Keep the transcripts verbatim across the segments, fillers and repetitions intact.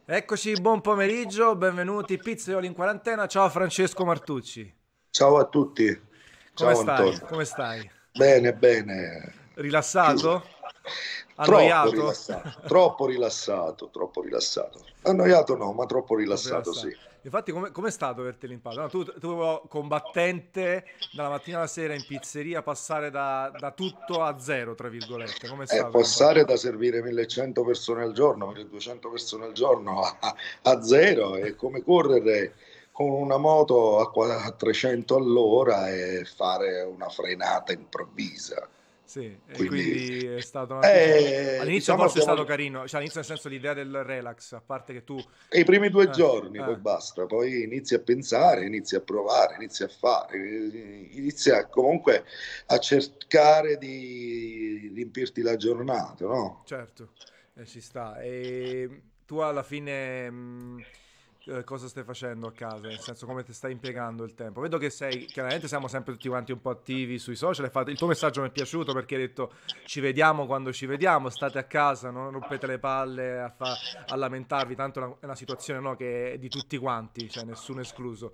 Eccoci, buon pomeriggio, benvenuti Pizzaioli in quarantena. Ciao Francesco Martucci. Ciao a tutti, Come ciao stai? Antonio. Come stai? Bene, bene. Chiuso. Rilassato? Troppo Annoiato? rilassato, troppo rilassato, troppo rilassato. Annoiato no, ma troppo Troppo rilassato sì. rilassato. Infatti, come com'è stato averti l'impatto? No, tu, tu combattente dalla mattina alla sera in pizzeria, passare da, da tutto a zero, tra virgolette. Com'è E stato l'impatto? passare da servire millecento persone al giorno, milleduecento persone al giorno a, a zero è come correre con una moto a, qua- a trecento all'ora e fare una frenata improvvisa. Sì, e Quindi, quindi è stato un attimo... eh, All'inizio diciamo, forse è abbiamo stato carino, cioè all'inizio nel senso l'idea del relax, a parte che tu... E i primi due Eh, giorni, poi eh, basta, poi inizi a pensare, inizi a provare, inizi a fare, inizi a, comunque a cercare di riempirti la giornata, no? certo, eh, ci sta. E tu alla fine mh, eh, cosa stai facendo a casa? Nel senso, come ti stai impiegando il tempo? Vedo che sei, chiaramente siamo sempre tutti quanti un po' attivi sui social. hai fatto- Il tuo messaggio mi è piaciuto perché hai detto ci vediamo quando ci vediamo, state a casa, non rompete le palle a, fa- a lamentarvi, tanto è una, è una situazione no, che è di tutti quanti, cioè nessuno escluso.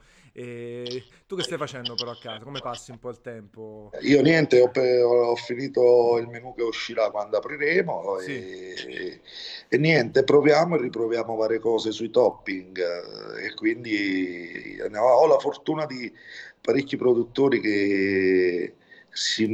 E tu che stai facendo però a casa? Come passi un po' il tempo? Io niente, ho, pe- ho finito il menù che uscirà quando apriremo Sì, e, e niente, proviamo e riproviamo varie cose sui topping eh, e quindi eh, ho la fortuna di parecchi produttori che si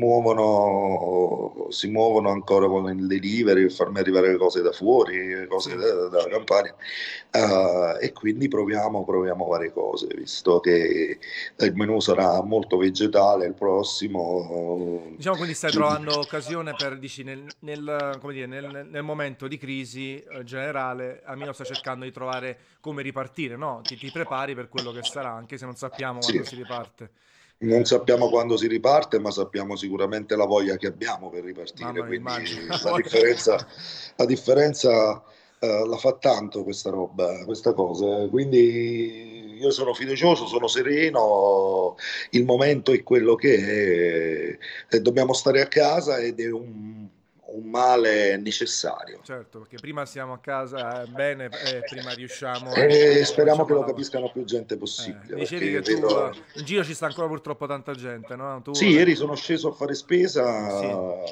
muovono, si muovono ancora con il delivery per farmi arrivare le cose da fuori, cose sì. da- dalla Campania. Eh, e quindi proviamo, proviamo varie cose, visto che il menù sarà molto vegetale il prossimo. Diciamo quindi stai Quindi, trovando occasione per, dici, nel, nel, come dire, nel, nel momento di crisi eh, generale, almeno stai cercando di trovare come ripartire, no? Ti, ti prepari per quello che sarà, anche se non sappiamo sì, quando si riparte. non sappiamo quando si riparte, ma sappiamo sicuramente la voglia che abbiamo per ripartire. Mamma mia, Quindi immagino. la differenza, la differenza eh, la fa tanto questa roba, questa cosa. Quindi io sono fiducioso, sono sereno, il momento è quello che è, e dobbiamo stare a casa ed è un, un male necessario. Certo, perché prima siamo a casa eh, bene, eh, prima riusciamo e E speriamo che cominciamo a lo lavorare. capiscano più gente Eh, possibile, dicevi perché che tu vedo. eh, in giro ci sta ancora purtroppo tanta gente, no? Tu, Sì, eh, ieri sono sceso a fare sì. spesa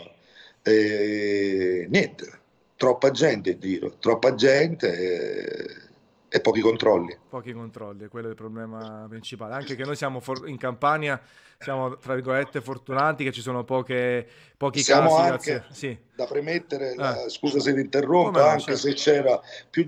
e niente, troppa gente in giro, troppa gente e, e pochi controlli. Pochi controlli, quello è il problema principale. Anche che noi siamo for- in Campania, siamo tra virgolette fortunati che ci sono poche, pochi Siamo casi, grazie. anche, Sì. da premettere, Eh, la- scusa se ti come interrompo, no, anche se certo. c'era più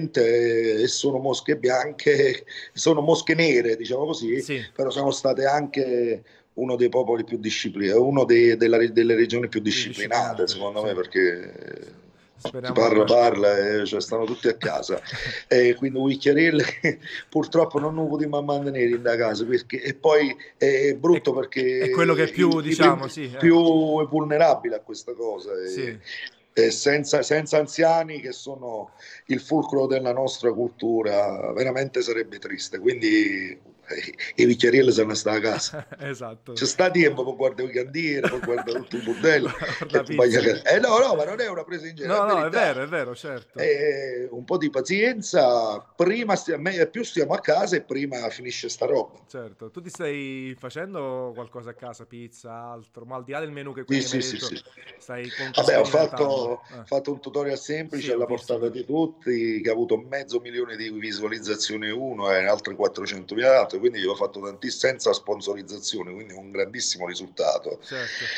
gente e sono mosche bianche, sono mosche nere, diciamo così, Sì, però siamo state anche uno dei popoli più disciplinati, uno dei- della- delle regioni più più disciplinate, disciplinate, secondo me, sì. perché si Speriamo parla, che... parla, e cioè, stanno tutti a casa. E quindi Wicchiarelle purtroppo non ho potuto mantenere da casa, perché, e poi è È, brutto perché è quello che i, più, i prim- diciamo, sì, eh, più vulnerabili a questa cosa e, sì. e senza, senza anziani che sono il fulcro della nostra cultura veramente sarebbe triste, quindi eh, i Wicchiarelle sono stati a casa. Esatto. C'è sta tempo per guardare i cantieri, per guardare tutto il bordello e Guarda tu vai a pizza. casa. Eh no, no, ma non è una presa in giro, è No, no, è vero, verità. è vero, certo. Eh, un po' di pazienza, prima stiamo, più stiamo a casa e prima finisce sta roba. Certo, tu ti stai facendo qualcosa a casa, pizza, altro, ma al di là del menù che Sì, quindi mi sì, hai sì, detto, sì. stai comunque Vabbè, ho sperimentando. fatto, Eh, fatto un tutorial sì, semplice ho alla visto portata che... di tutti, che ha avuto mezzo milione di visualizzazioni uno e altre quattrocentomila altre, quindi l'ho fatto tantissimo senza sponsorizzazione, quindi un grandissimo risultato. Certo,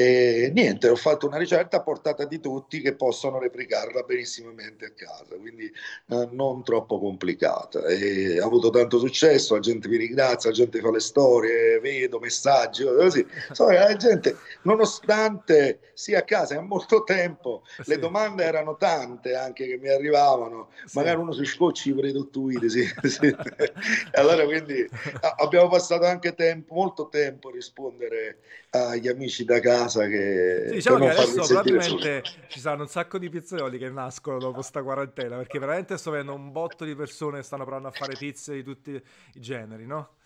E niente, ho fatto una ricetta a portata di tutti che possono replicarla benissimamente a casa, quindi eh, non troppo complicata. E ha avuto tanto successo, la gente mi ringrazia, la gente fa le storie, vedo messaggi, così. Insomma, la gente, nonostante sia a casa è molto tempo, le sì, domande erano tante anche che mi arrivavano, sì. magari uno si scocci per i tuttuiti, sì, sì. E allora quindi a- abbiamo passato anche tempo, molto tempo a rispondere agli amici da casa Sì, che, per diciamo che non farli adesso sentire soli. probabilmente ci saranno un sacco di pizzaioli che nascono dopo sta quarantena, perché veramente sto vedendo un botto di persone che stanno provando a fare pizze di tutti i generi, no?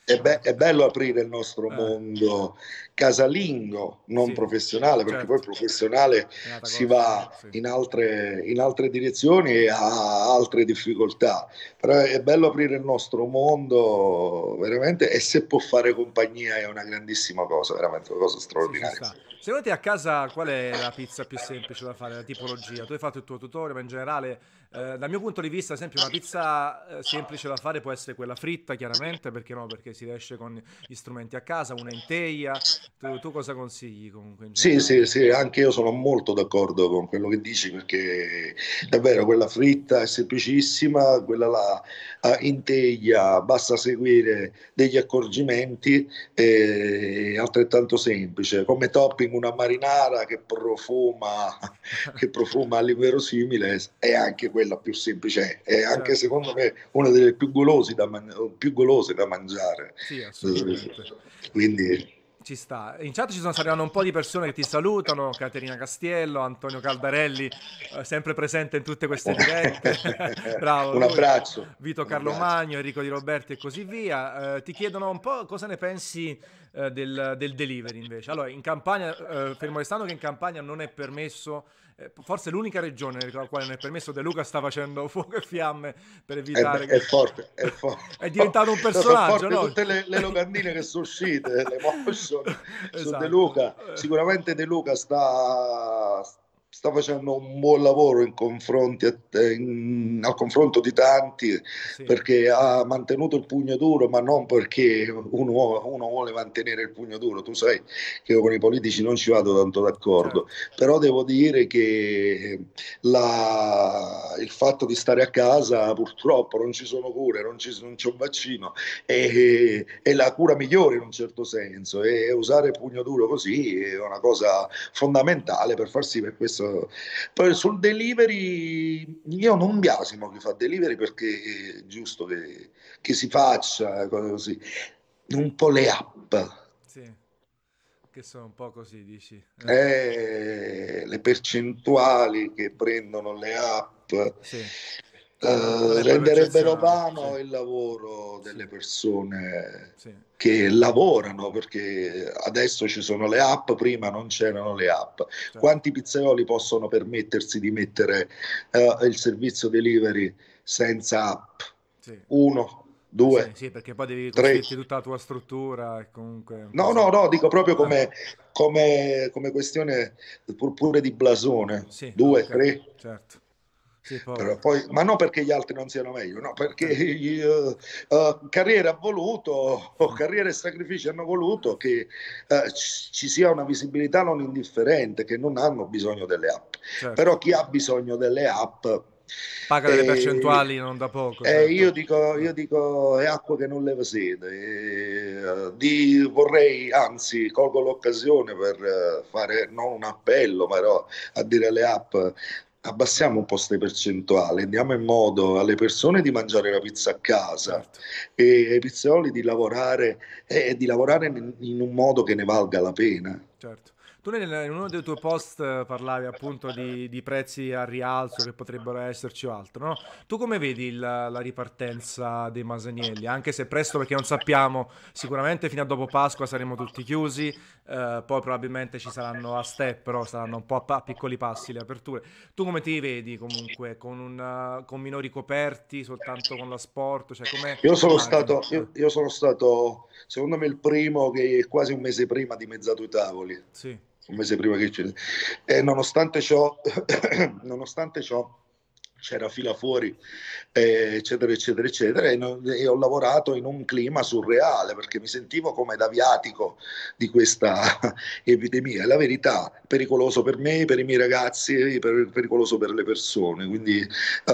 È, be- è bello aprire il nostro Eh, mondo casalingo, non sì, professionale, perché poi certo, professionale è un'altra si cosa. va Sì, in altre, in altre direzioni e ha altre difficoltà. Però è bello aprire il nostro mondo veramente e se può fare compagnia è una grandissima cosa, veramente una cosa sì, ci straordinaria. sta. Secondo te a casa qual è la pizza più semplice da fare, la tipologia? Tu hai fatto il tuo tutorial, ma in generale, eh, dal mio punto di vista, ad esempio, una pizza eh, semplice da fare può essere quella fritta, chiaramente, perché no? Perché si riesce con gli strumenti a casa, una in teglia. Tu, tu cosa consigli comunque in Sì, sì, generale? sì, anche io sono molto d'accordo con quello che dici perché è vero, quella fritta è semplicissima, quella là eh, in teglia basta seguire degli accorgimenti, eh, è altrettanto semplice, come topping una marinara che profuma, che profuma all'inverosimile, è anche quella più semplice, è anche Certo, secondo me una delle più golosi da man- più golose da mangiare. sì, Eh, assolutamente. Quindi Ci sta. In chat ci sono stanno arrivando un po' di persone che ti salutano, Caterina Castiello, Antonio Caldarelli, eh, sempre presente in tutte queste dirette. Bravo un lui. abbraccio, Vito un abbraccio. Carlomagno, Enrico Di Roberti e così via. Eh, ti chiedono un po' cosa ne pensi eh, del, del delivery invece. Allora, in Campania, eh, fermo restando che in Campania non è permesso, eh, forse l'unica regione nella quale non è permesso, De Luca sta facendo fuoco e fiamme per È, evitare è che... forte, è forte. È diventato un Sono personaggio, forti no? tutte le, le locandine che sono uscite, le motion su De Esatto. Luca. Sicuramente De Luca sta, sta facendo un buon lavoro in confronti a- in- al confronto di tanti Sì, perché ha mantenuto il pugno duro, ma non perché uno, uno vuole mantenere il pugno duro. Tu sai che io con i politici non ci vado tanto d'accordo, certo. però devo dire che la- il fatto di stare a casa purtroppo non ci sono cure, non, ci, non c'è un vaccino, è, è la cura migliore in un certo senso e usare il pugno duro così è una cosa fondamentale per far sì per questo. Poi sul delivery io non biasimo chi fa delivery perché è giusto che, che si faccia cose così. Un po' le app, Sì, che sono un po' così, dici. Eh, eh, le percentuali che prendono le app sì, non, non eh, è proprio renderebbero eccezionale. Sì, vano il lavoro sì, delle persone sì, che lavorano, perché adesso ci sono le app, prima non c'erano le app. certo. Quanti pizzaioli possono permettersi di mettere eh, il servizio delivery senza app? Sì, Uno, sì, due, sì, perché poi devi tre. costruirti tutta la tua struttura e comunque è un No, no, casino. no, dico proprio Ah, come, come, come questione pur- pure di blasone. sì, ah, Due, ok, tre. certo. Sì, poi... Però poi, ma non perché gli altri non siano meglio, no, perché eh, eh, eh, Carriere ha voluto, Carriere e sacrifici hanno voluto che eh, ci ci sia una visibilità non indifferente, che non hanno bisogno delle app. certo. Però chi ha bisogno delle app, Paga delle eh, percentuali non da poco, eh, io certo. dico, Eh, io dico è acqua che non leva sede. Eh, di- vorrei, anzi, colgo l'occasione per eh, fare non un appello, però a dire alle app abbassiamo un po' queste percentuali, diamo in modo alle persone di mangiare la pizza a casa certo. e ai pizzaioli di lavorare e di lavorare in, in un modo che ne valga la pena. Certo. Tu nel- in uno dei tuoi post eh, parlavi appunto di, di prezzi a rialzo che potrebbero esserci o altro, no? Tu come vedi il- la ripartenza dei Masanielli? Anche se presto perché non sappiamo, sicuramente fino a dopo Pasqua saremo tutti chiusi, eh, poi probabilmente ci saranno a step, però saranno un po' a, pa- a piccoli passi le aperture. Tu come ti vedi comunque? Con, un, con minori coperti, soltanto con l'asporto? Cioè come Io sono immagini? stato, Eh, io, io sono stato, secondo me, il primo che quasi un mese prima ha dimezzato i tavoli, sì, un mese prima che ci... E nonostante ciò, nonostante ciò, c'era fila fuori, eh, eccetera, eccetera, eccetera, e, non- e ho lavorato in un clima surreale perché mi sentivo come da viatico di questa epidemia. È la verità, pericoloso per me, per i miei ragazzi, per- pericoloso per le persone. Quindi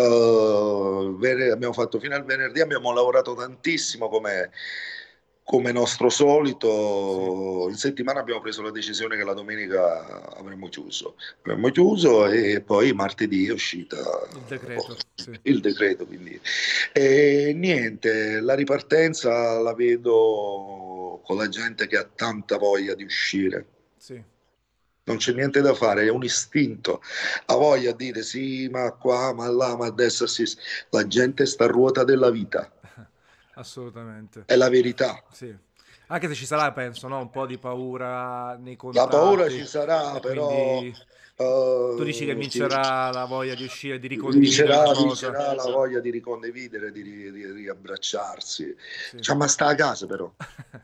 Uh, vene- abbiamo fatto fino al venerdì, abbiamo lavorato tantissimo come, come nostro sì, solito. In settimana abbiamo preso la decisione che la domenica avremmo chiuso. Avremmo chiuso e poi martedì è uscita il decreto, sì, il decreto. Quindi. E niente, la ripartenza la vedo con la gente che ha tanta voglia di uscire. sì. Non c'è niente da fare, è un istinto. Ha voglia di dire sì, ma qua, ma là, ma a destra, a sinistra. La gente sta a ruota della vita. assolutamente. È la verità. Sì. Anche se ci sarà, penso, no? Un po' di paura nei La paura contatti ci sarà, e però quindi tu dici che eh, ti- vincerà la voglia di uscire, di ricondividere la vincerà, cosa. vincerà la voglia di ricondividere, di, ri- di riabbracciarsi. Sì, Cioè, ma sta a casa però.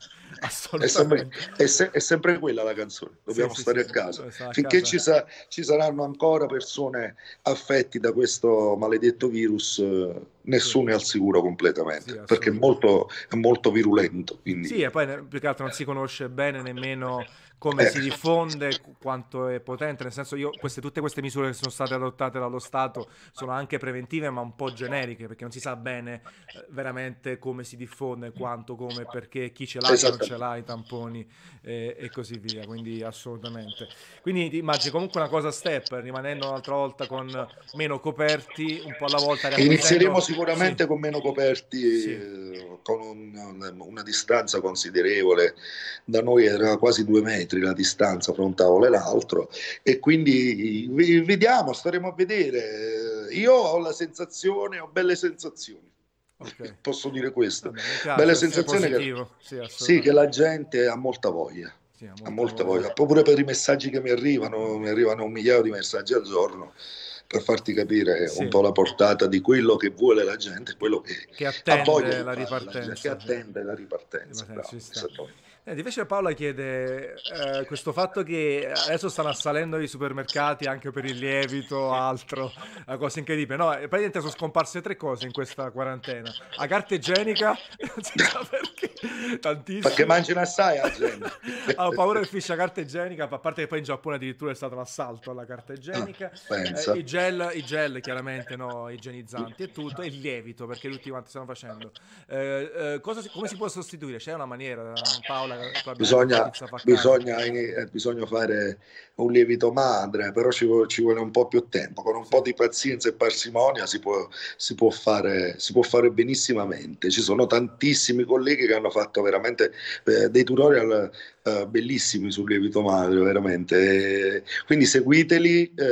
È sempre, assolutamente. è se- è sempre quella la canzone, Sì, dobbiamo sì, stare sì, a casa. sta a Finché casa. ci, sa- ci saranno ancora persone affetti da questo maledetto virus, eh, Sì, nessuno è al sicuro sì, completamente, perché è assolutamente. molto, è molto virulento. Sì, Quindi, e poi ne- più che altro non si conosce bene nemmeno come eh, si diffonde, qu- quanto è potente, nel senso io, queste, tutte queste misure che sono state adottate dallo Stato sono anche preventive ma un po' generiche perché non si sa bene eh, veramente come si diffonde, quanto, come, perché, chi ce l'ha, chi non ce esattamente. l'ha, i tamponi eh, e così via, quindi assolutamente. Quindi ti immagini comunque una cosa a step, rimanendo un'altra volta con meno coperti, un po' alla volta Inizieremo riacquisendo, sì, sicuramente con meno coperti, sì, eh, con un- una distanza considerevole. Da noi era quasi due metri la distanza fra un tavolo e l'altro, e quindi vi- vediamo, staremo a vedere. Io ho la sensazione, ho belle sensazioni. ok. Posso dire questo. Vabbè, mi Belle piace essere sensazioni che, positivo, sì, sì, che assolutamente. la gente ha molta voglia. Sì, ha Ha molta molta voglia. voglia, pure per i messaggi che mi arrivano, mi arrivano un migliaio di messaggi al giorno per farti capire un Sì, po' la portata di quello che vuole la gente, che, quello che che ha voglia attende di la fare la gente, che ripartenza, sì. attende la ripartenza. Ripartenza, ci Bravo, sta. esattamente. Eh, invece Paola chiede eh, questo fatto che adesso stanno assalendo i supermercati anche per il lievito, altro, una cosa incredibile. No, e praticamente sono scomparse tre cose in questa quarantena. La carta igienica, non si sa perché, Perché tantissime. mangiano assai la gente. Ho paura che finisce la carta igienica, a parte che poi in Giappone addirittura è stato un assalto alla carta Ah, igienica, eh, pensa. i gel, i gel chiaramente no, igienizzanti e tutto, e il lievito perché tutti quanti stanno facendo. Eh, eh, cosa si- come si può sostituire? C'è una maniera, Paola, che probabilmente fa Bisogna, pizza fa a casa. bisogna, eh, bisogna fare un lievito madre, però ci, vu- ci vuole un po' più tempo. Con un Sì, po' di pazienza e parsimonia si può, si può fare, si può fare benissimamente. Ci sono tantissimi colleghi che hanno fatto veramente eh, dei tutorial eh, bellissimi sul lievito madre, veramente. E quindi seguiteli eh,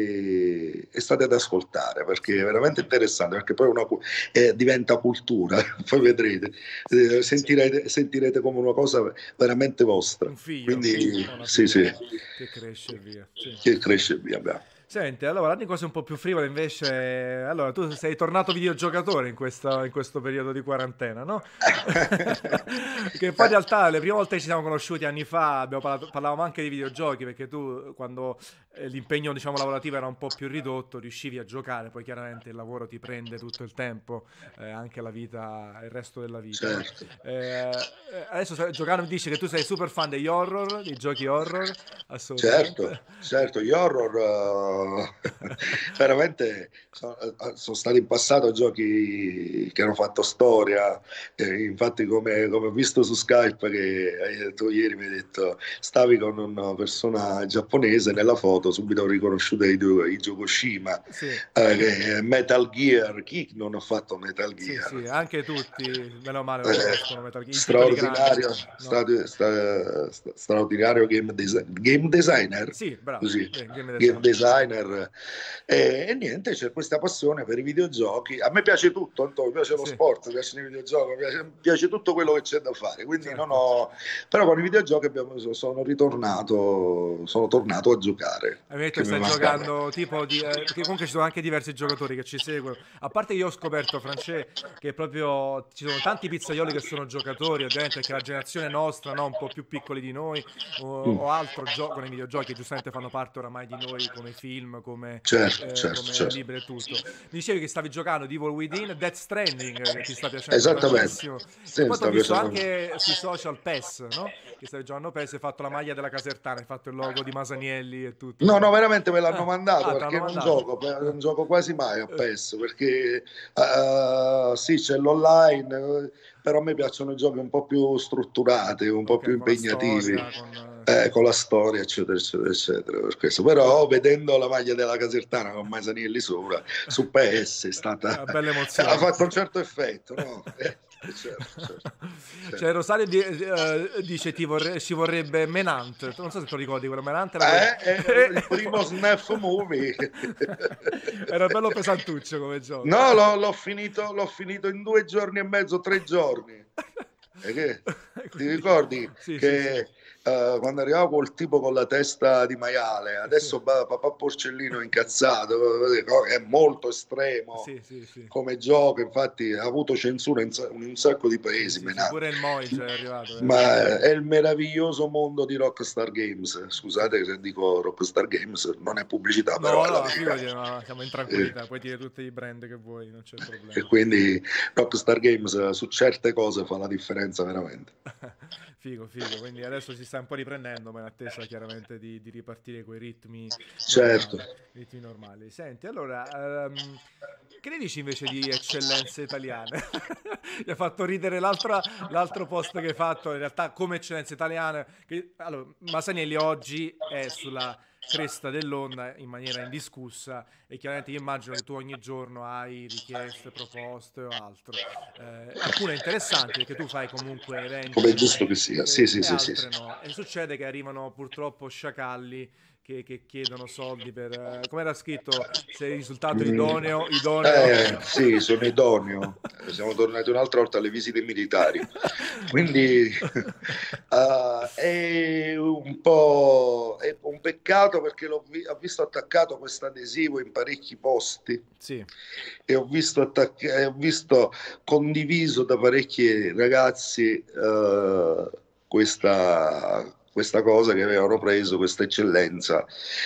e, e state ad ascoltare perché sì, è veramente interessante, perché poi una, cu- eh, diventa cultura, poi vedrete. sì. Eh, sentirete, sentirete come una cosa veramente vostra. Un figlio Quindi o una sì, figlia sì, che, che cresce e via. Sì. che cresce via. Beh. Senti, allora, parlando di cose un po' più frivole invece, allora tu sei tornato videogiocatore in, questa- in questo periodo di quarantena, no? Che poi in realtà le prime volte che ci siamo conosciuti anni fa abbiamo parlato, parlavamo anche di videogiochi perché tu quando eh, l'impegno diciamo lavorativo era un po' più ridotto riuscivi a giocare, poi chiaramente il lavoro ti prende tutto il tempo, eh, anche la vita, il resto della vita, no? Certo, Eh, eh, adesso stai giocando, mi dici che tu sei super fan degli horror, dei giochi horror, certo, assolutamente. certo, gli horror eh, veramente sono, eh, sono stati in passato giochi che hanno fatto storia. Eh, infatti come, come ho visto su Skype che hai detto ieri, mi hai detto stavi con una persona giapponese nella foto, subito ho riconosciuto i due, i Fukushima, Sì, eh, che è Metal Gear. Chi non ha fatto Metal sì, Gear? sì, anche tutti, meno o male, lo conoscono Metal Eh, Gear, i titoli grandi, straordinario, no? stra- stra- stra- straordinario game, desi- game designer, Sì, bravo, così, beh, game game design. designer. E, e niente, c'è questa passione per i videogiochi. A me piace tutto, Antonio, mi piace lo Sì, sport, mi piacciono i videogiochi, mi piace, mi piace tutto quello che c'è da fare. Quindi non certo. ho... Però con i videogiochi abbiamo- sono ritornato, sono tornato a giocare, Hai detto che che mi stai mancava. giocando tipo di... eh, perché comunque ci sono anche diversi giocatori che ci seguono. A parte che io ho scoperto, Francè, che proprio ci sono tanti pizzaioli che sono giocatori, ovviamente perché la generazione nostra, no, un po' più piccoli di noi, o, Mm, o altro gioco nei videogiochi, che giustamente fanno parte oramai di noi come film, come, certo, eh, certo, come certo. libri e tutto. Mi dicevi che stavi giocando di Evil Within, Death Stranding, eh, che ti sta piacendo Esattamente. tantissimo. E Sì, mi poi ti ho sta visto piacendo. anche sui social PES, no? Che stavi giocando PES, hai fatto la maglia della Casertana, hai fatto il logo di Masanielli e tutto, No, no, insomma. veramente me l'hanno Ah, mandato ah, te l'hanno perché non mandato. gioco, Ah, non gioco quasi mai a eh, PES perché eh, sì, c'è l'online, eh, però a me piacciono i giochi un po' più strutturati, un po' più ok, con la impegnativi, storia, con... eh, eh, sì. con la storia, eccetera, eccetera, eccetera. Per questo. Però vedendo la maglia della Casertana con Masanielli sopra su PES è stata, Una bella ha emozione. fatto un certo effetto, no? certo, certo, Cioè certo. Rosario di- eh, dice ti vorre- ci vorrebbe Menant, non so se ti ricordi quello, Menant era quel... Eh, è il primo snuff movie. Era bello pesantuccio come gioco. No, l'ho, l'ho finito, l'ho finito in due giorni e mezzo, tre giorni. E che, ti Quindi, ricordi sì, sì, che sì, eh, quando arrivava quel tipo con la testa di maiale, sì, adesso ba- papà Porcellino è incazzato, è molto estremo sì, sì, sì, come gioco, infatti ha avuto censura in, sa- in un sacco di sì, paesi, sì, sì, pure Menante. il Moige è arrivato, è arrivato. Ma è il meraviglioso mondo di Rockstar Games. Sì. Scusate se dico Rockstar Games, non è pubblicità, però No, è la no, verità. figurati, ma siamo in Eh, tranquillità, puoi dire tutti i brand che vuoi, non c'è E problema. quindi Rockstar Games eh, su certe cose fa la differenza veramente. Figo, figo, quindi adesso si sta un po' riprendendo, ma in attesa chiaramente di, di ripartire coi ritmi Certo. normali. Ritmi normali. Senti, allora, ehm, che ne dici invece di eccellenze italiane? Mi ha fatto ridere l'altra- l'altro post che hai fatto, in realtà come eccellenze italiane. Che, allora, Masanielli oggi è sulla cresta dell'onda in maniera indiscussa e chiaramente io immagino che tu ogni giorno hai richieste, proposte o altro. Eh, alcune interessanti perché tu fai comunque Come è eventi giusto che sia. Sì, e, sì, e sì, sì, sì. altre no. E succede che arrivano purtroppo sciacalli che, che chiedono soldi per... eh, come era scritto? Sei risultato Mm, idoneo, idoneo. eh, sì, sono idoneo. Eh, Siamo tornati un'altra volta alle visite militari. Quindi eh, è un po' è un peccato perché l'ho vi- ho visto attaccato questo adesivo in parecchi posti Sì, e ho visto, attac- e ho visto condiviso da parecchi ragazzi eh, questa, questa cosa che avevano preso, questa eccellenza.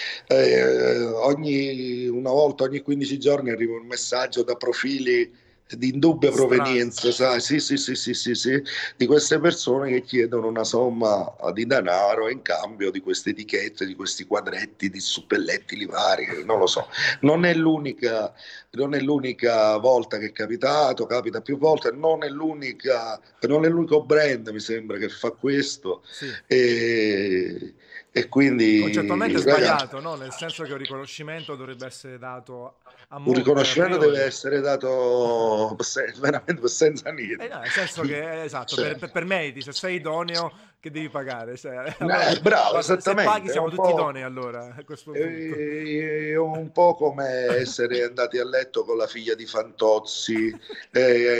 Eh, ogni, una volta ogni quindici giorni arriva un messaggio da profili di indubbia strani, provenienza, sai? sì. Sì, sì, sì, sì, sì, sì, di queste persone che chiedono una somma di denaro in cambio di queste etichette, di questi quadretti, di suppelletti vari, non lo so. Non è l'unica, non è l'unica volta che è capitato, capita più volte, non è l'unica, non è l'unico brand, mi sembra, che fa questo. Sì. E, e quindi, Concettualmente è ragazzi, sbagliato, no? Nel senso che un riconoscimento dovrebbe essere dato a un monte, a riconoscimento deve priori. essere dato se- veramente senza Eh niente. no, nel senso che, esatto, Cioè, per, per- per meriti, se sei idoneo, che devi pagare? Cioè, allora, eh, bravo, basta- se paghi esattamente. È siamo un tutti po', idonei allora, a questo punto. è un po' come essere andati a letto con la figlia di Fantozzi e,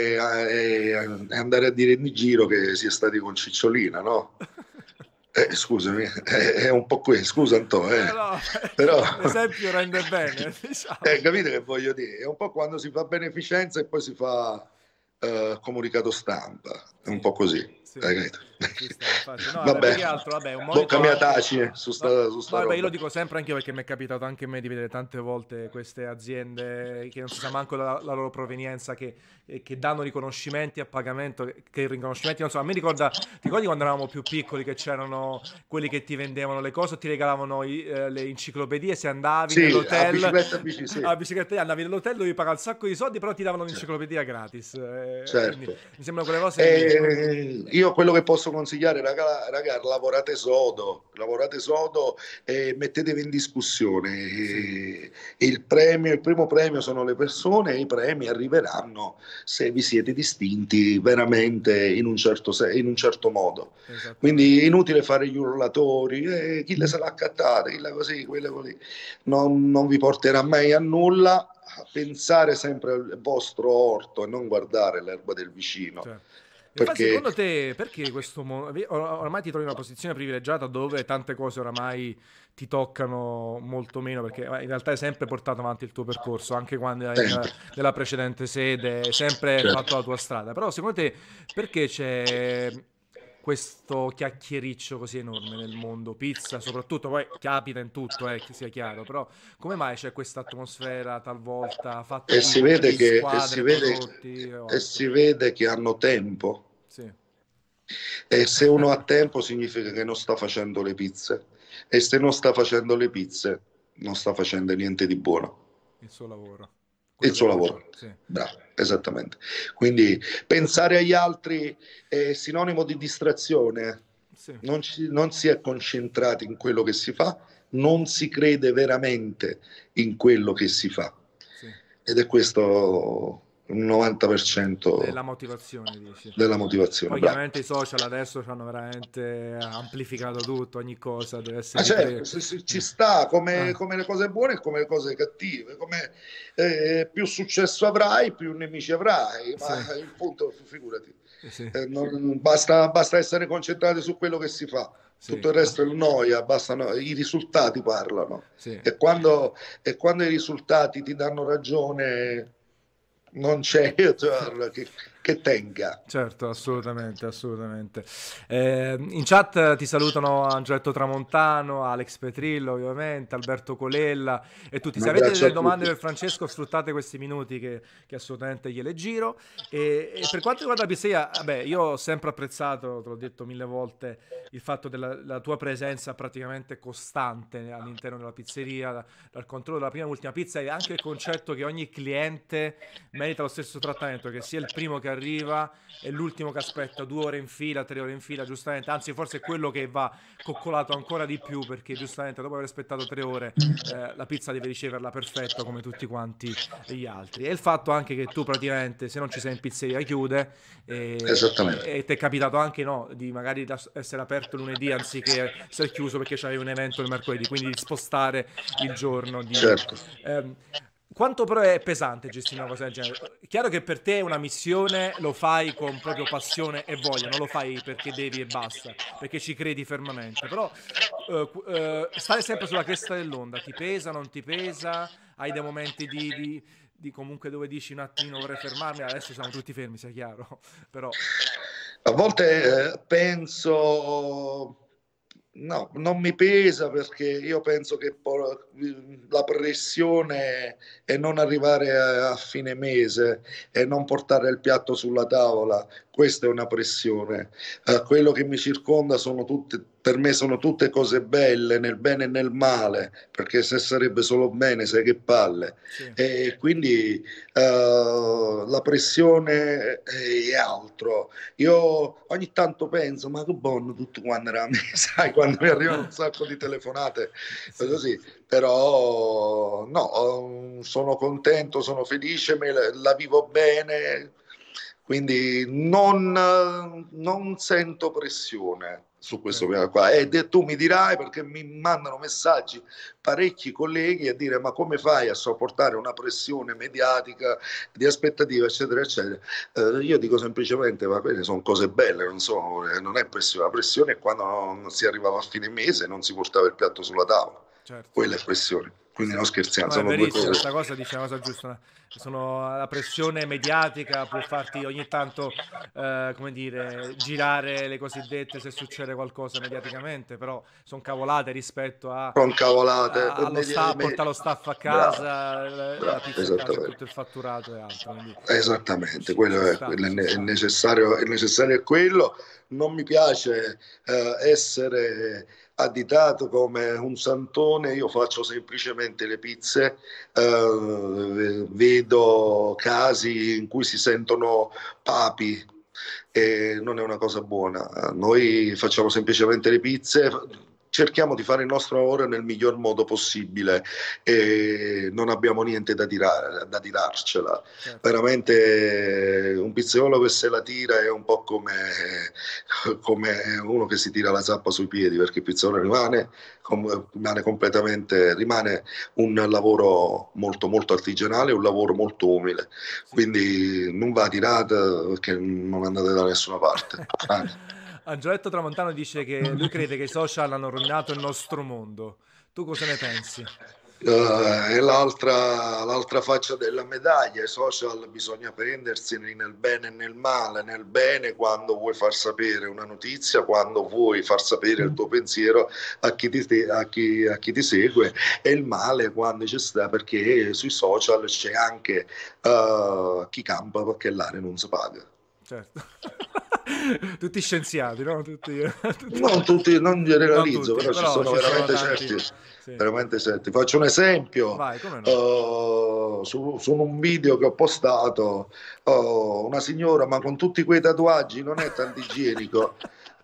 e- e andare a dire in giro che si è stati con Cicciolina, no? Eh, scusami, è, è un po' questo, scusa Antonio, No, eh. no, Però l'esempio rende bene, diciamo. eh, capite che voglio dire? È un po' quando si fa beneficenza e poi si fa eh, comunicato stampa, è un Sì, po' così. sì, Hai capito? ci sta, infatti. No, vabbè, più Vabbè, che altro, vabbè, un bocca monito mia anche... taci su No, sta, su no, sta vabbè, io lo roba. dico sempre anche perché mi è capitato anche a me di vedere tante volte queste aziende che non si sa manco la, la loro provenienza, che, eh, che danno riconoscimenti a pagamento, che che i riconoscimenti, non so, a me ricorda, ti ricordi quando eravamo più piccoli che c'erano quelli che ti vendevano le cose o ti regalavano i- eh, le enciclopedie se andavi Sì, a nell'hotel, bicicletta bici, sì, a bicicletta, andavi nell'hotel, dovevi pagare un sacco di soldi, però ti davano cioè, l'enciclopedia gratis. Eh, quindi certo. mi sembrano quelle cose lì. E io quello che posso consigliare, raga, raga, lavorate sodo, lavorate sodo e mettetevi in discussione. Sì. E il premio, il primo premio sono le persone e i premi arriveranno se vi siete distinti veramente in un certo, se- in un certo modo. Quindi è Esattamente. inutile fare gli urlatori, eh, chi le se l'ha accattate, chi le così, quelle così. Non, non vi porterà mai a nulla. Pensare sempre al vostro orto e non guardare l'erba del vicino, Cioè, infatti, perché secondo te, perché questo mondo... Oramai ti trovi in una posizione privilegiata dove tante cose oramai ti toccano molto meno, perché eh, in realtà hai sempre portato avanti il tuo percorso, anche quando eri nella, sempre, nella precedente sede, hai sempre certo. fatto la tua strada. Però secondo te, perché c'è questo chiacchiericcio così enorme nel mondo pizza, soprattutto poi capita in tutto, eh, che sia chiaro, però come mai c'è questa atmosfera talvolta fatta E di, si vede di che, e si squadre, vede, prodotti o e altro? si vede che hanno tempo. Sì. E se uno ha tempo significa che non sta facendo le pizze. E se non sta facendo le pizze, non sta facendo niente di buono. Il suo lavoro, quello Il che suo lui fa, lavoro. sì, Bravo, esattamente. Quindi pensare agli altri è sinonimo di distrazione. sì, Non, ci- non si è concentrati in quello che si fa, non si crede veramente in quello che si fa. sì. Ed è questo un novanta per cento della motivazione, dici. della motivazione, Poi bravo. chiaramente i social adesso hanno veramente amplificato tutto, ogni cosa deve Ma essere certo, ripresa. se- se ci sta come, Ah, come le cose buone e come le cose cattive, come eh, più successo avrai, più nemici avrai, sì, ma il punto, figurati, sì, eh, non- basta, basta essere concentrati su quello che si fa, sì, tutto il ah, resto è noia, bastano, i risultati parlano sì. e quando, e quando i risultati ti danno ragione, non c'è hater che, che tenga. Certo, assolutamente, assolutamente. Eh, in chat ti salutano Angioletto Tramontano, Alex Petrillo, ovviamente, Alberto Colella e tutti. Un Se avete abbraccio delle a domande tutti. per Francesco, sfruttate questi minuti che, che assolutamente gliele giro. E, e per quanto riguarda la pizzeria, vabbè, io ho sempre apprezzato, te l'ho detto mille volte, il fatto della, della tua presenza praticamente costante all'interno della pizzeria, da- dal controllo della prima all'ultima pizza e anche il concetto che ogni cliente merita lo stesso trattamento, che sia il primo che arriva e l'ultimo che aspetta due ore in fila, tre ore in fila, giustamente, anzi forse è quello che va coccolato ancora di più perché giustamente dopo aver aspettato tre ore eh, la pizza deve riceverla perfetta come tutti quanti gli altri. E il fatto anche che tu praticamente se non ci sei in pizzeria chiude e, Esattamente, e ti è capitato anche no, di magari essere aperto lunedì anziché essere chiuso perché c'avevi un evento il mercoledì, quindi di spostare il giorno di... certo. ehm, quanto però è pesante gestire una cosa del genere? È chiaro che per te è una missione, lo fai con proprio passione e voglia, non lo fai perché devi e basta, perché ci credi fermamente. Però eh, eh, stare sempre sulla cresta dell'onda, ti pesa, non ti pesa? Hai dei momenti di, di- di comunque dove dici un attimino vorrei fermarmi, adesso siamo tutti fermi, sia chiaro, però A volte eh, penso, no, non mi pesa perché io penso che po- la pressione è non arrivare a, a fine mese e non portare il piatto sulla tavola, questa è una pressione. Eh, quello che mi circonda sono tutte, per me sono tutte cose belle, nel bene e nel male, perché se sarebbe solo bene, sai che palle. sì, E quindi eh, la pressione è altro. Io ogni tanto penso, ma che buono tutto quando era a me, sai, quando mi arrivano un sacco di telefonate, sì, così, però no, sono contento, sono felice, me la, la vivo bene, quindi non, non sento pressione su questo ok. piano qua. E tu mi dirai perché mi mandano messaggi parecchi colleghi a dire ma come fai a sopportare una pressione mediatica di aspettativa eccetera eccetera. Eh, io dico semplicemente, va bene, sono cose belle, non, sono, non è pressione. La pressione è quando non si arrivava a fine mese e non si portava il piatto sulla tavola. Certo. Quella è pressione. Quindi Sì. non scherziamo, No, è sono due verissimo, cose. sta cosa dice una cosa giusta. Sono, la pressione mediatica può farti ogni tanto, eh, come dire, girare le cosiddette se succede qualcosa mediaticamente, però sono cavolate rispetto a, Con cavolate. a- allo Media, sta- media. portare lo staff a Bravo, casa, la, la bravo, pizza a casa e tutto esattamente. il fatturato e altro. Quindi Esattamente, ci, ci quello è, sta, quello è ci ne- è sta. necessario, è necessario è quello. Non mi piace eh, essere additato come un santone, io faccio semplicemente le pizze, eh, vedo casi in cui si sentono papi Sì, e non è una cosa buona. Noi facciamo semplicemente le pizze, cerchiamo di fare il nostro lavoro nel miglior modo possibile e non abbiamo niente da, tirare, da tirarcela. certo. Veramente un pizzaiolo che se la tira è un po' come, come uno che si tira la zappa sui piedi perché il pizzaiolo rimane, rimane completamente, rimane un lavoro molto molto artigianale, un lavoro molto umile, Sì. quindi non va tirata perché non andate da nessuna parte. Anzi. Angioletto Tramontano dice che lui crede che i social hanno rovinato il nostro mondo. Tu cosa ne pensi? Eh, è l'altra, l'altra faccia della medaglia. I social bisogna prendersi nel bene e nel male. Nel bene quando vuoi far sapere una notizia, quando vuoi far sapere il tuo pensiero a chi ti, a chi, a chi ti segue, e il male quando ci sta perché sui social c'è anche eh, chi campa perché l'aria non si paga. Certo. Tutti scienziati, no? Tutti, tutti- Non tutti, non Non generalizzo, tutti, però ci però sono ci sono veramente tanti. certi, Sì. veramente certi. Faccio un esempio, Vai, come no? eh, su, su un video che ho postato, oh, una signora, ma con tutti quei tatuaggi non è tanto igienico.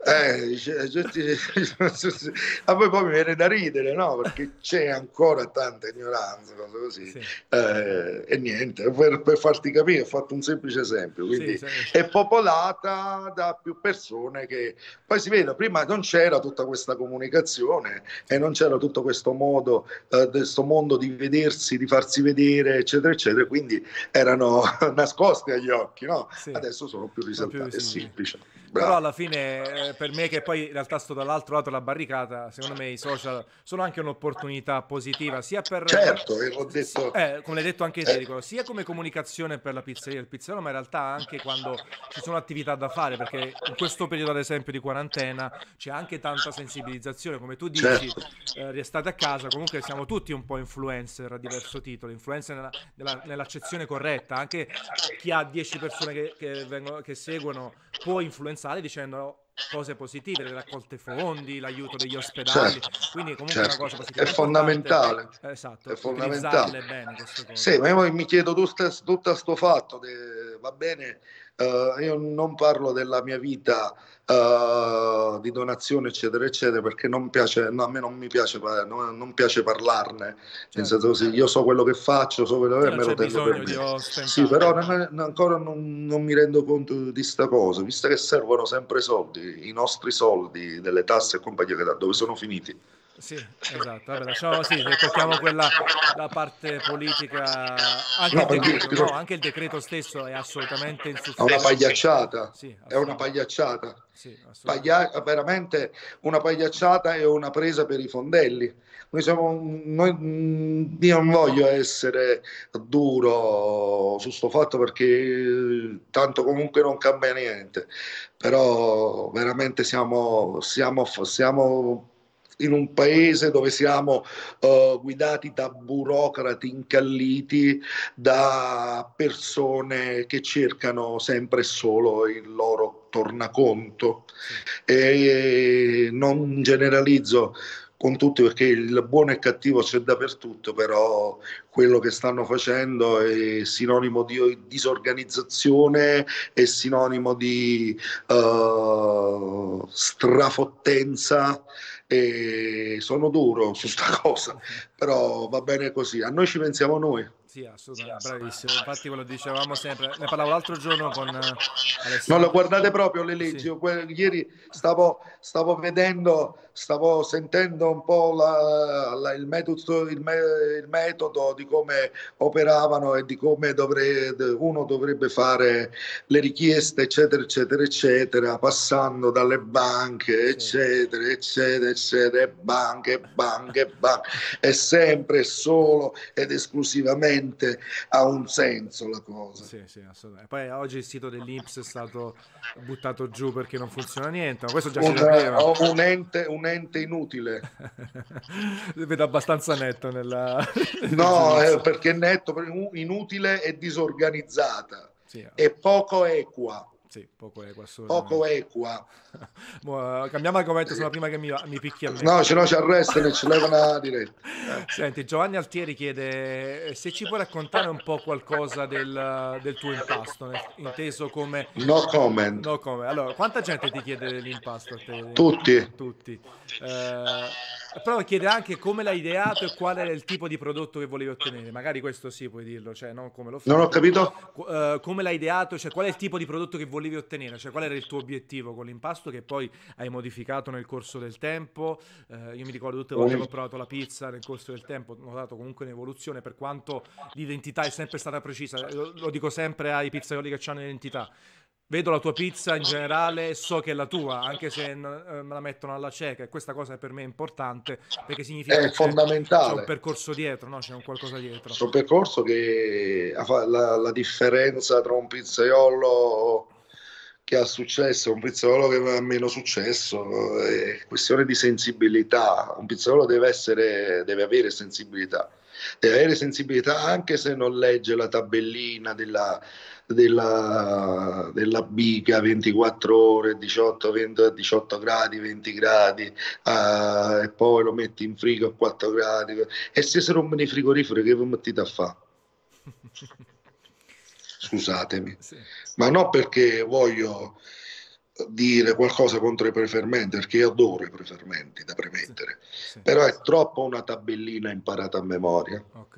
Eh, dice- dice- a poi poi mi viene da ridere, no? Perché c'è ancora tanta ignoranza, cose così. Sì, Eh, e niente, per, per farti capire, ho fatto un semplice esempio. sì, Quindi sì, è popolata da più persone che poi si vede, prima non c'era tutta questa comunicazione sì, e non c'era tutto questo modo, eh, questo mondo di vedersi, di farsi vedere, eccetera, eccetera. Quindi erano nascosti agli occhi, no? sì, Adesso sono più sono più risaltati, è visibili. semplice. Però Bravo. alla fine, eh, per me che poi in realtà sto dall'altro lato della barricata, secondo me i social sono anche un'opportunità positiva, sia per, com- Certo, e l'ho si- detto, eh, come l'hai detto anche te, eh, dico, sia come comunicazione per la pizzeria e il pizzero, ma in realtà anche quando ci sono attività da fare, perché in questo periodo, ad esempio, di quarantena c'è anche tanta sensibilizzazione, come tu dici, certo, eh, restate a casa, comunque siamo tutti un po' influencer a diverso titolo, influencer nella- nella- nell'accezione corretta, anche chi ha dieci persone che, che vengono- che seguono può influenzare dicendo cose positive, le raccolte fondi, l'aiuto degli ospedali, certo, quindi comunque è una certo, cosa positiva. è L'importante fondamentale, è è esatto, fondamentale. utilizzarle bene queste Sì, cose. ma io mi chiedo tutto, tutto sto fatto, de- va bene, eh, io non parlo della mia vita eh, di donazione, eccetera, eccetera, perché non piace, no, a me non mi piace, pa- non, non piace parlarne, nel senso Certo. così, io so quello che faccio, so quello che Sì, è, non me lo c'è tengo per bisogno di me. Sì, però ostentarlo. non è- ancora non, non mi rendo conto di sta cosa, visto che servono sempre soldi, i nostri soldi delle tasse e compagnia che da dove sono finiti? Sì, esatto. Vabbè, lasciamo sì, se tocchiamo quella la parte politica, anche No, il per dire, decreto, no, anche il decreto stesso è assolutamente è una insufficiente. pagliacciata, Sì, è una assolutamente. pagliacciata. Sì, assolutamente. Paglia- veramente una pagliacciata e una presa per i fondelli. Noi siamo, noi- mh, io non voglio essere duro su sto fatto perché eh, tanto comunque non cambia niente, però veramente siamo, siamo, siamo in un paese dove siamo eh, guidati da burocrati incalliti, da persone che cercano sempre e solo il loro tornaconto. Sì. E non generalizzo con tutti perché il buono e il cattivo c'è dappertutto, però quello che stanno facendo è sinonimo di disorganizzazione, è sinonimo di uh, strafottenza e sono duro su sta cosa, però va bene così. A noi ci pensiamo noi. Sì, assolutamente, bravissimo. Infatti quello dicevamo sempre, ne parlavo l'altro giorno con eh, Non lo Alessandro. guardate proprio le leggi. Sì, Io que- ieri stavo, stavo vedendo, stavo sentendo un po' la- la- il metodo, il me- il metodo di come operavano e di come dovre- uno dovrebbe fare le richieste, eccetera, eccetera, eccetera, passando dalle banche, sì. eccetera, eccetera, eccetera, e banche, banche, banche. È sempre solo ed esclusivamente ha un senso la cosa. Sì, sì, assolutamente. Poi oggi il sito dell'Inps è stato buttato giù perché non funziona niente, ma questo già si un, sapeva. un ente, un ente inutile. Vedo abbastanza netto nella- nel No, eh, giudizio. perché è netto, inutile e disorganizzata Sì, e poco equa, sì, poco equo, poco assolutamente. equa. Mo, eh, cambiamo argomento, sennò prima che mi, mi picchi a me. No, se no ci arrestano e ci levano la diretta. Eh. Senti, Giovanni Altieri chiede eh, se ci puoi raccontare un po' qualcosa del, del tuo impasto, nel- inteso come... No comment. No, come? Allora, quanta gente ti chiede l'impasto a te? Tutti. Tutti. Eh, però chiede anche come l'hai ideato e qual era il tipo di prodotto che volevi ottenere. Magari questo sì, puoi dirlo, cioè non come l'ho Non ho fatto. capito? Qu- eh, come l'hai ideato, cioè qual è il tipo di prodotto che volevi ottenere, cioè qual era il tuo obiettivo con l'impasto che poi hai modificato nel corso del tempo. Eh, io mi ricordo tutte le volte che Un- ho provato la pizza nel corso del tempo, ho notato comunque un'evoluzione per quanto l'identità è sempre stata precisa. Lo, lo dico sempre ai pizzaioli che hanno l'identità. Vedo la tua pizza in generale e so che è la tua, anche se n- eh, me la mettono alla cieca, e questa cosa per me è importante perché significa è che c'è, c'è un fondamentale. percorso dietro, no? C'è un qualcosa dietro. Questo percorso che fa la, la differenza tra un pizzaiolo che ha successo e un pizzaiolo che ha meno successo è questione di sensibilità. Un pizzaiolo deve essere, deve avere sensibilità, deve avere sensibilità anche se non legge la tabellina della, della, della biga ventiquattro ore, diciotto, venti, diciotto gradi, venti gradi, eh, e poi lo metti in frigo a quattro gradi. E se si rompono i frigoriferi, che vi mettete a fare? Scusatemi, Sì, ma non perché voglio dire qualcosa contro i prefermenti, perché io adoro i prefermenti, da Sì, premettere, sì, però è troppo una tabellina imparata a memoria. ok,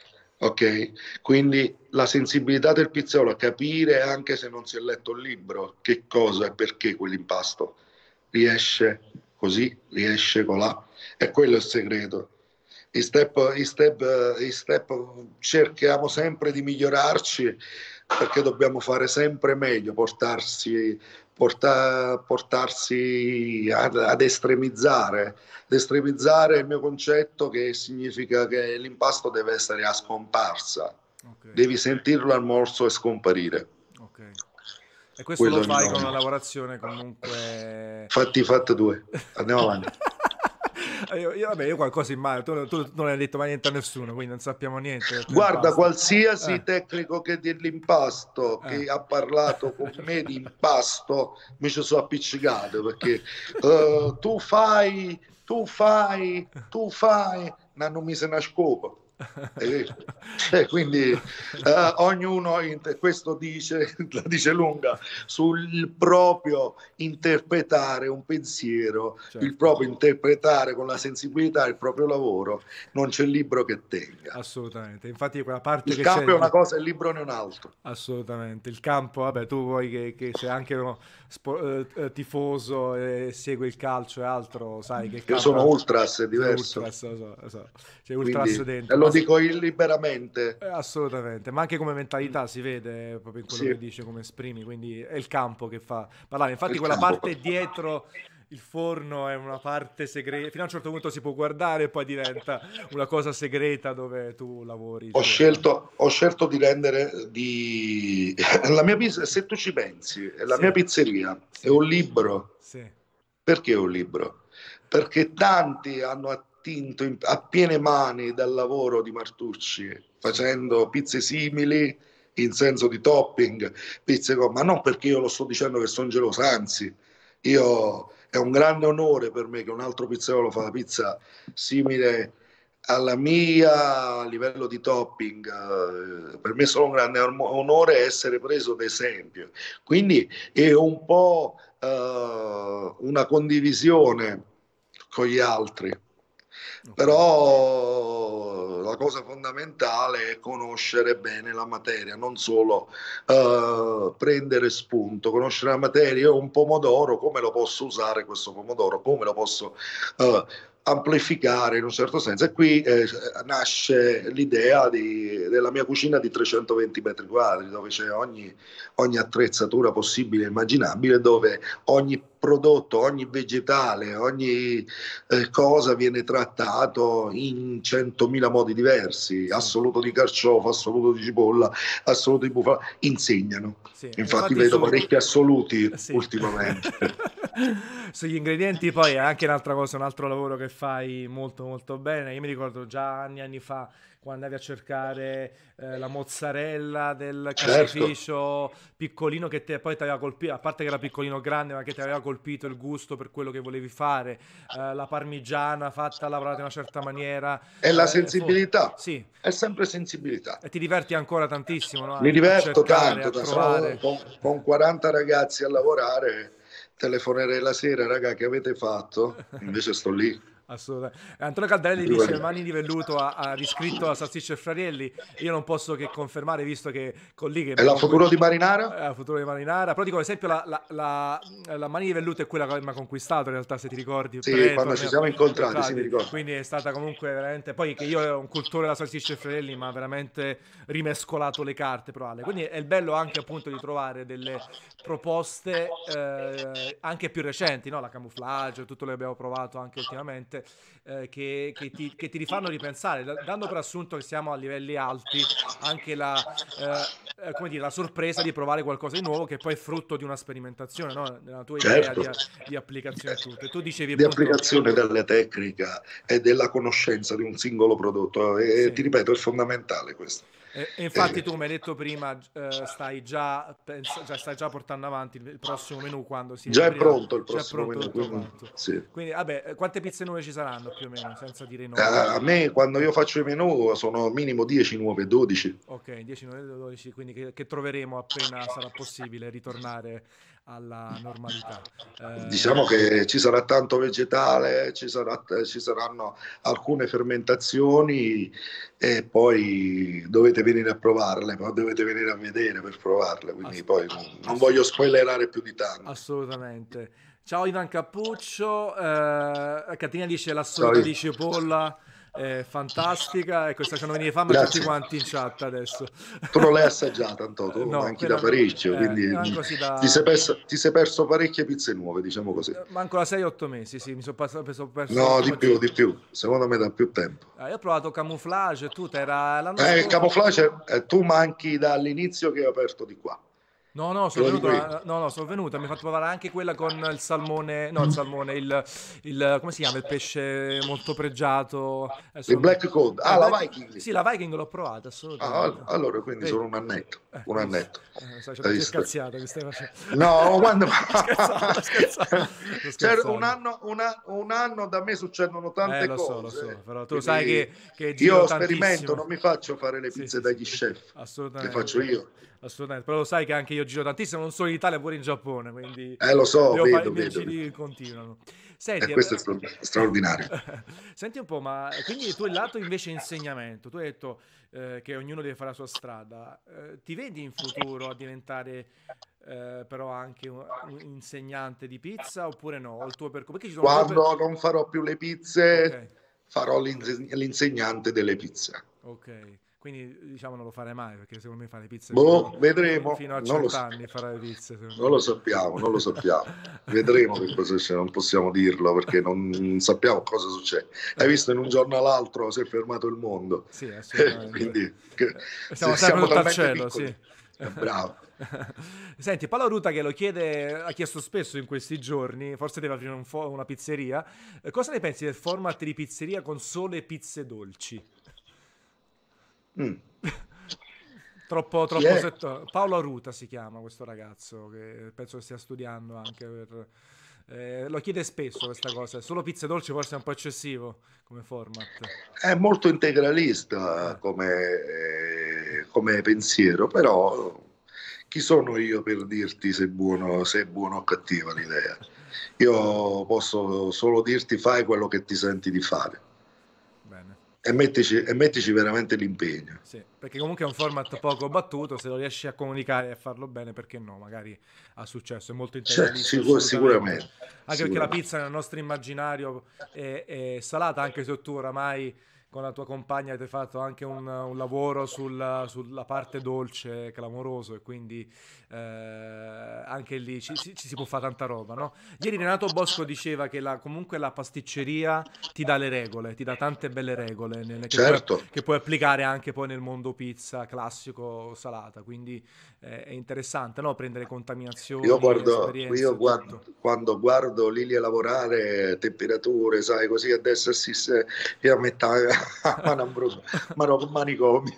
Ok? Quindi la sensibilità del pizzaiolo a capire, anche se non si è letto il libro, che cosa e perché quell'impasto riesce così, riesce colà. E quello è il segreto. I step, i step, i step cerchiamo sempre di migliorarci perché dobbiamo fare sempre meglio, portarsi, porta- portarsi ad, ad estremizzare. Ad estremizzare è il mio concetto, che significa che l'impasto deve essere a scomparsa, ok, devi sentirlo al morso e scomparire. ok. E questo Quello lo è il fai mio... con una lavorazione comunque... Fatti fatte due. Andiamo avanti. Io, io- vabbè, io qualcosa immagino, tu, tu non hai detto mai niente a nessuno, quindi non sappiamo niente del tuo Guarda, impasto. qualsiasi Eh, tecnico che dell'impasto eh. che ha parlato con me di impasto mi ci sono appiccicato perché eh, tu fai, tu fai, tu fai, ma non mi se ne scopa. Hai visto? Cioè, quindi eh, ognuno, questo dice, la dice lunga, sul proprio interpretare un pensiero, il Certo, proprio interpretare con la sensibilità il proprio lavoro, non c'è libro che tenga. assolutamente. Infatti quella parte Il che c'è campo è una di... cosa e il libro ne è un altro. Assolutamente, il campo, vabbè, tu vuoi che, che sei anche uno spo- eh, eh, tifoso e segui il calcio e altro, sai che il Io campo sono è ultras, è sei diverso. ultras, lo so, lo so. C'è ultras Quindi, e dentro, lo ma se- dico liberamente. eh, assolutamente, ma anche come mentalità si vede proprio in quello Sì, che dici, come esprimi, quindi è il campo che fa parlare. Infatti il quella campo. parte dietro il forno è una parte segreta, fino a un certo punto si può guardare e poi diventa una cosa segreta dove tu lavori il Ho tuo, no? scelto, ho scelto di rendere di... La mia pizza, se tu ci pensi, la mia Sì, pizzeria è sì, un libro. sì, Perché è un libro? Perché tanti hanno attinto in- a piene mani dal lavoro di Martucci, sì, facendo pizze simili in senso di topping, pizze con... ma non perché io lo sto dicendo che sono geloso, anzi, io è un grande onore per me che un altro pizzaiolo fa la pizza simile alla mia a livello di topping. Eh, per me è solo un grande onore essere preso d'esempio. Quindi è un po' eh, una condivisione con gli altri. ok. Però la cosa fondamentale è conoscere bene la materia, non solo eh, prendere spunto, conoscere la materia. Io un pomodoro, come lo posso usare questo pomodoro, come lo posso eh, amplificare in un certo senso. E qui eh, nasce l'idea di- della mia cucina di trecentoventi metri quadri, dove c'è ogni, ogni attrezzatura possibile e immaginabile, dove ogni prodotto, ogni vegetale, ogni eh, cosa viene trattato in centomila modi diversi, Sì, assoluto di carciofo, assoluto di cipolla, assoluto di bufala, insegnano. sì. E Infatti infatti vedo su... parecchi assoluti eh, sì. ultimamente. Sugli ingredienti poi è anche un'altra cosa, un altro lavoro che fai molto molto bene. Io mi ricordo già anni e anni fa quando andavi a cercare eh, la mozzarella del Certo, caseificio piccolino che te, poi ti aveva colpito, a parte che era piccolino grande, ma che ti aveva colpito il gusto per quello che volevi fare, eh, la parmigiana fatta, lavorata in una certa maniera, è la eh, fo- sensibilità, sì, è sempre sensibilità. e ti diverti ancora tantissimo, no? A, Mi a diverto cercare, tanto, a da- se no, trovare. con, con quaranta ragazzi a lavorare, telefonerei la sera, raga, che avete fatto? Invece sto lì. Assolutamente. Antonio Caldarelli dice Mani di Velluto ha, ha riscritto la Salsiccia e Frarielli. Io non posso che confermare, visto che con lì che E mi la conqui- futuro di Marinara? eh, futuro di Marinara. Però dico, ad esempio, la, la, la, la Mani di Velluto è quella che mi ha conquistato, in realtà, se ti ricordi, Sì, quando ci pre-torneo. siamo incontrati, sì, mi Incontrati. ricordo. Quindi è stata comunque veramente. Poi che io ero un cultore della Salsiccia e Fratelli, ma veramente rimescolato le carte, probabile. Quindi è il bello anche appunto di trovare delle proposte eh, anche più recenti, no? La camouflage, tutto lo abbiamo provato anche ultimamente, eh, che, che ti, che ti rifanno ripensare, da- dando per assunto che siamo a livelli alti, anche la, eh, eh, come dire, la sorpresa di provare qualcosa di nuovo che poi è frutto di una sperimentazione, no? Nella tua idea Certo. di, di applicazione e tutto. E tu dicevi Di appunto, applicazione della tecnica e della conoscenza di un singolo prodotto. E sì. ti ripeto, è fondamentale questo. E, e infatti Eh, tu mi hai detto prima, eh, stai, già, pens- già, stai già portando avanti il, il prossimo menù quando si già è riaprirà, pronto il già è prossimo pronto menù, tutto quindi quanto. sì. Quindi, vabbè, eh, quante pizze nuove ci saranno più o meno, senza dire i Eh, nomi? A me, quando Eh. io faccio i menù, sono minimo dieci, nuove, dodici. Ok, dieci, dodici, quindi che, che troveremo appena sarà possibile ritornare alla normalità. Diciamo Eh, che ci sarà tanto vegetale, ci, sarà, ci saranno alcune fermentazioni e poi dovete venire a provarle, poi dovete venire a vedere per provarle, quindi ass- poi non ass- voglio spoilerare più di tanto. assolutamente. Ciao Ivan Cappuccio, eh, Catina dice Ciao, l'assoluta di cipolla è fantastica, ecco, sta facendo venire fame a tutti grazie. quanti in chat adesso. Tu non l'hai assaggiata, Anto, Eh, tu no, manchi da quella no, parecchio, eh, quindi era mh, così ti sei da... perso, ti sei perso parecchie pizze nuove, diciamo così. eh, Manco da sei otto mesi, sì, mi sono perso, perso perso No, un di po' di... più, di più. Secondo me da più tempo. Eh, io ho provato camouflage, tutto, era l'anno Eh, il scorso... camouflage, eh, tu manchi dall'inizio che ho aperto di qua. No, no, Te sono lo venuto, dico io. la- no, no, sono venuto, mi ha fatto provare anche quella con il salmone, no, il salmone, il, il, come si chiama, il pesce molto pregiato, adesso Il non mi... Black Code. Eh, Ah, la Black- Viking. sì, la Viking l'ho provata, Ah, all- assolutamente. allora quindi Vedi? sono un annetto. Eh, Un hai visto? annetto. Eh, stai facendo Hai che visto? cazziata che stai facendo. No, quando... Sto scherzando, sto scherzando, sto Cioè, un scherzando. anno, un a- un anno da me succedono Eh, tante lo so, lo so, cose. però tu sai Quindi che, che giro io sperimento, tantissimo. non mi faccio fare le Sì, pizze sì, sì, dagli chef. Le faccio assolutamente. io. Assolutamente, però lo sai che anche io giro tantissimo, non solo in Italia, pure in Giappone, quindi Eh, lo so, devo fare, i vedo, miei vedo. giri continuano. E Senti, questo è eh, stra- straordinario. senti un po', ma quindi tu il lato invece insegnamento, tu hai detto eh, che ognuno deve fare la sua strada, eh, ti vedi in futuro a diventare eh, però anche un, un insegnante di pizza oppure no? O il tuo percorso? Perché ci sono due per... Quando non farò più le Ok, pizze, farò l'inse- l'insegnante delle pizze. ok. Quindi diciamo non lo farei mai perché secondo me fare pizze fino, Boh, fi- vedremo, fino a non lo, cent'anni fare pizze secondo non lo me. sappiamo, non lo sappiamo. Vedremo che cosa c'è, non possiamo dirlo perché non sappiamo cosa succede. Hai Eh, visto in un giorno all'altro si è fermato il mondo, sì, assolutamente. quindi che- Eh, Siamo se- sempre siamo tutto al talmente cielo, piccoli. sì. Eh, bravo. Senti, Paolo Ruta che lo chiede, ha chiesto spesso in questi giorni, forse deve aprire un fo- una pizzeria. Eh, cosa ne pensi del format di pizzeria con sole pizze dolci? Mm. Troppo, Chi troppo è? settore. Paolo Ruta si chiama questo ragazzo che penso che stia studiando anche per... eh, lo chiede spesso questa cosa. Solo pizze dolci forse è un po' eccessivo come format. È molto integralista Eh, come, eh, come pensiero, però chi sono io per dirti se è buono, se è buono o cattiva l'idea? Io posso solo dirti fai quello che ti senti di fare bene. e mettici, e mettici veramente l'impegno. Sì, perché comunque è un format poco battuto, se lo riesci a comunicare e a farlo bene, perché no? Magari ha successo, è molto Cioè, integralista, sicur- assolutamente. sicuramente, Anche perché la sicuramente. pizza nel nostro immaginario è, è salata, anche se tu oramai con la tua compagna avete fatto anche un, un lavoro sulla, sulla parte dolce clamoroso e quindi eh, anche lì ci, ci- ci si può fare tanta roba, no? Ieri Renato Bosco diceva che la- comunque la pasticceria ti dà le regole, ti dà tante belle regole nelle- che puoi, Certo, che puoi applicare anche poi nel mondo pizza classico salata, quindi eh, è interessante, no? Prendere io contaminazioni, guardo, io esperienze, guardo, tutto. quando guardo Lilia lavorare, temperature, sai, così a destra e a sinistra, io metto a mano a brucio, mano con manicomio.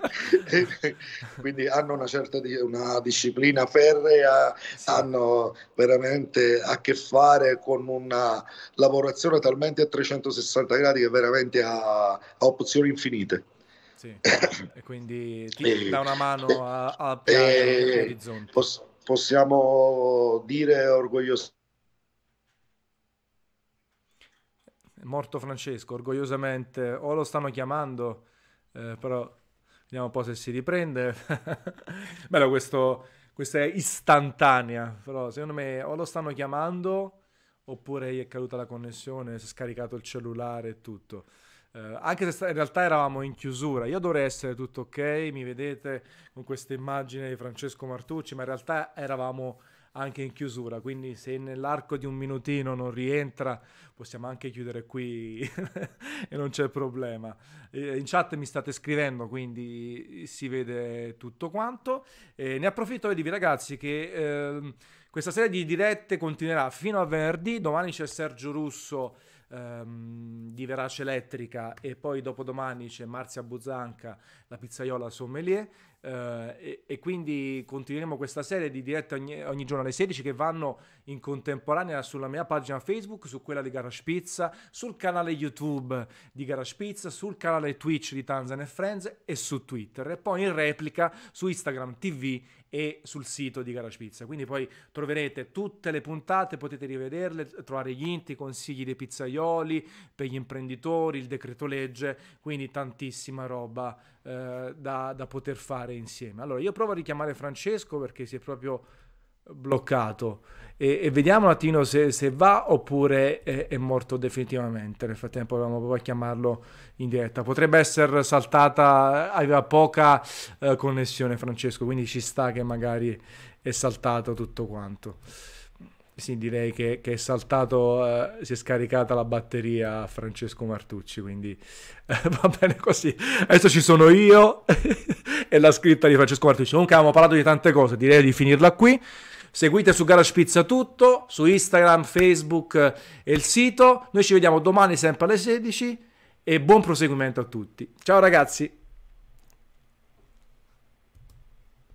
E quindi hanno una certa di- una disciplina ferrea, Sì, hanno veramente a che fare con una lavorazione talmente a trecentosessanta gradi che veramente ha, ha opzioni infinite. sì. E quindi ti E, dà una mano a, a ampliare gli e orizzonti. pos- possiamo dire orgogliosi. È morto Francesco, orgogliosamente, o lo stanno chiamando, eh, però vediamo un po' se si riprende. Bello questo, questa è istantanea, però secondo me o lo stanno chiamando oppure gli è caduta la connessione, si è scaricato il cellulare e tutto. Eh, anche se sta- in realtà eravamo in chiusura, io dovrei essere tutto ok, mi vedete con questa immagine di Francesco Martucci, ma in realtà eravamo anche in chiusura, quindi se nell'arco di un minutino non rientra possiamo anche chiudere qui e non c'è problema. Eh, in chat mi state scrivendo, quindi si vede tutto quanto. Eh, ne approfitto per dirvi ragazzi che ehm, questa serie di dirette continuerà fino a venerdì, domani c'è Sergio Russo ehm, di Verace Elettrica, e poi dopodomani c'è Marzia Buzzanca, la pizzaiola sommelier. Uh, e, e quindi continueremo questa serie di dirette ogni, ogni giorno alle sedici, che vanno in contemporanea sulla mia pagina Facebook, su quella di Garage Pizza, sul canale YouTube di Garage Pizza, sul canale Twitch di Tanzan and Friends e su Twitter, e poi in replica su Instagram T V e sul sito di Garage Pizza. Quindi poi troverete tutte le puntate, potete rivederle, trovare gli inti, i consigli dei pizzaioli per gli imprenditori, il decreto legge, quindi tantissima roba eh, da, da poter fare insieme. Allora io provo a richiamare Francesco perché si è proprio bloccato, e, e vediamo un attimo se, se va oppure è, è morto definitivamente. Nel frattempo avevamo provato a chiamarlo in diretta, potrebbe essere saltata, aveva poca eh, connessione Francesco, quindi ci sta che magari è saltato tutto quanto. Sì, direi che, che è saltato, eh, si è scaricata la batteria a Francesco Martucci, quindi eh, va bene così. Adesso ci sono io e la scritta di Francesco Martucci. Comunque abbiamo parlato di tante cose, direi di finirla qui. Seguite su Garage Pizza tutto, su Instagram, Facebook e il sito. Noi ci vediamo domani sempre alle sedici e buon proseguimento a tutti. Ciao ragazzi!